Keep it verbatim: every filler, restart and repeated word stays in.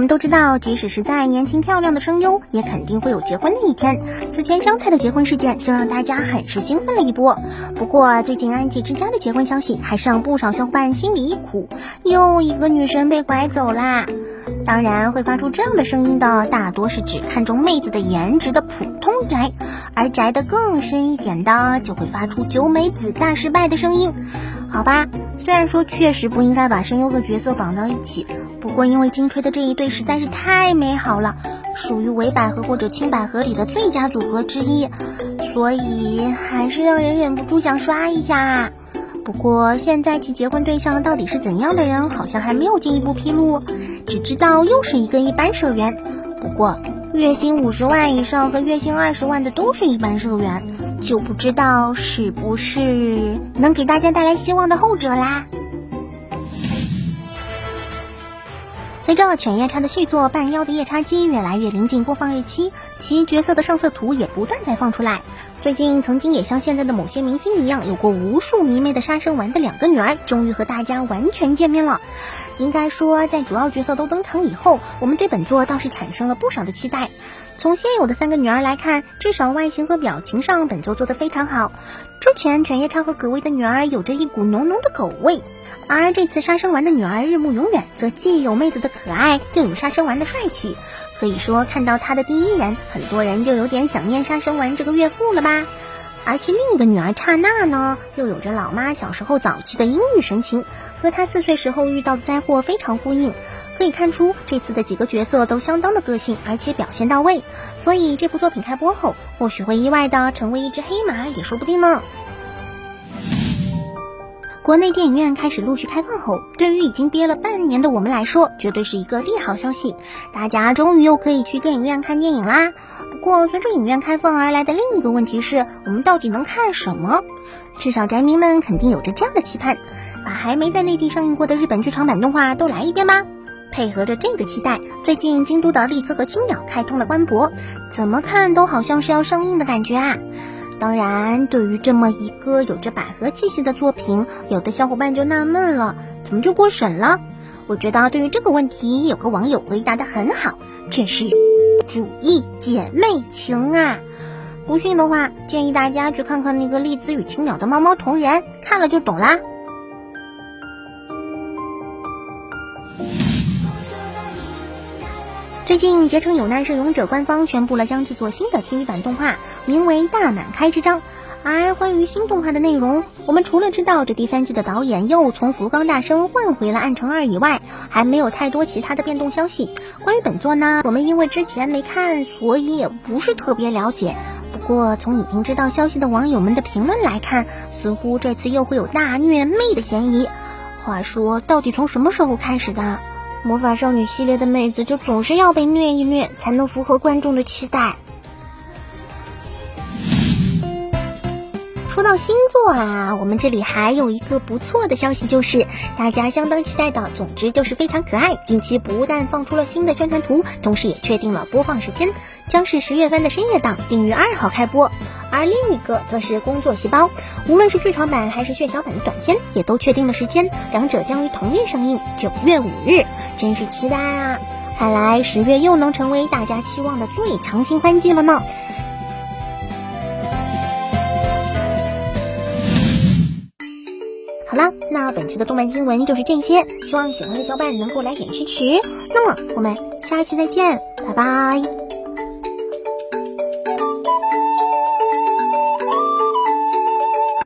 们都知道，即使是再年轻漂亮的声优，也肯定会有结婚的一天。此前香菜的结婚事件就让大家很是兴奋了一波。不过最近安吉之家的结婚消息还是让不少小伙伴心里一苦，又一个女神被拐走啦。当然会发出这样的声音的，大多是只看重妹子的颜值的普通宅，而宅得更深一点的，就会发出九美子大失败的声音。好吧，虽然说确实不应该把声优和角色绑到一起，不过因为金吹的这一对实在是太美好了，属于伪百合或者轻百合里的最佳组合之一，所以还是让人忍不住想刷一下。不过现在其结婚对象到底是怎样的人，好像还没有进一步披露，只知道又是一个一般社员。不过月薪五十万以上和月薪二十万的都是一般社员，就不知道是不是能给大家带来希望的后者啦。随着犬夜叉的续作《半妖的夜叉姬》越来越临近播放日期，其角色的上色图也不断在放出来。最近曾经也像现在的某些明星一样，有过无数迷妹的杀生丸的两个女儿终于和大家完全见面了。应该说在主要角色都登场以后，我们对本作倒是产生了不少的期待。从现有的三个女儿来看，至少外形和表情上本作做得非常好。之前犬夜叉和葛薇的女儿有着一股浓浓的狗味，而这次杀生丸的女儿日暮永远则既有妹子的可爱，又有杀生丸的帅气。可以说看到她的第一眼，很多人就有点想念杀生丸这个岳父了吧。而其另一个女儿刹那呢，又有着老妈小时候早期的阴郁神情，和她四岁时候遇到的灾祸非常呼应。可以看出这次的几个角色都相当的个性，而且表现到位，所以这部作品开播后或许会意外的成为一只黑马也说不定呢。国内电影院开始陆续开放后，对于已经憋了半年的我们来说，绝对是一个利好消息，大家终于又可以去电影院看电影啦。不过随着影院开放而来的另一个问题是，我们到底能看什么？至少宅迷们肯定有着这样的期盼，把还没在内地上映过的日本剧场版动画都来一遍吧。配合着这个期待，最近京都的丽兹和青鸟开通了官博，怎么看都好像是要上映的感觉啊。当然，对于这么一个有着百合气息的作品，有的小伙伴就纳闷了，怎么就过审了？我觉得对于这个问题，有个网友回答得很好，这是主义姐妹情啊！不信的话，建议大家去看看那个丽兹与青鸟的猫猫同人，看了就懂啦。最近结成有难社勇者官方宣布了将制作新的 T V 版动画，名为大满开之章。而关于新动画的内容，我们除了知道这第三季的导演又从福冈大生换回了暗城二以外，还没有太多其他的变动消息。关于本作呢，我们因为之前没看，所以也不是特别了解。不过从已经知道消息的网友们的评论来看，似乎这次又会有大虐妹的嫌疑。话说到底从什么时候开始的？魔法少女系列的妹子就总是要被虐一虐，才能符合观众的期待。说到星座啊，我们这里还有一个不错的消息，就是大家相当期待的，总之就是非常可爱。近期不但放出了新的宣传图，同时也确定了播放时间，将是十月份的深夜档，定于二号开播。而另一个则是工作细胞，无论是剧场版还是血小版的短片，也都确定了时间，两者将于同日上映，九月五日，真是期待啊！看来十月又能成为大家期望的最强新番季了呢。好了，那本期的动漫新闻就是这些，希望喜欢的小伙伴能够来点支持。那么我们下期再见，拜拜。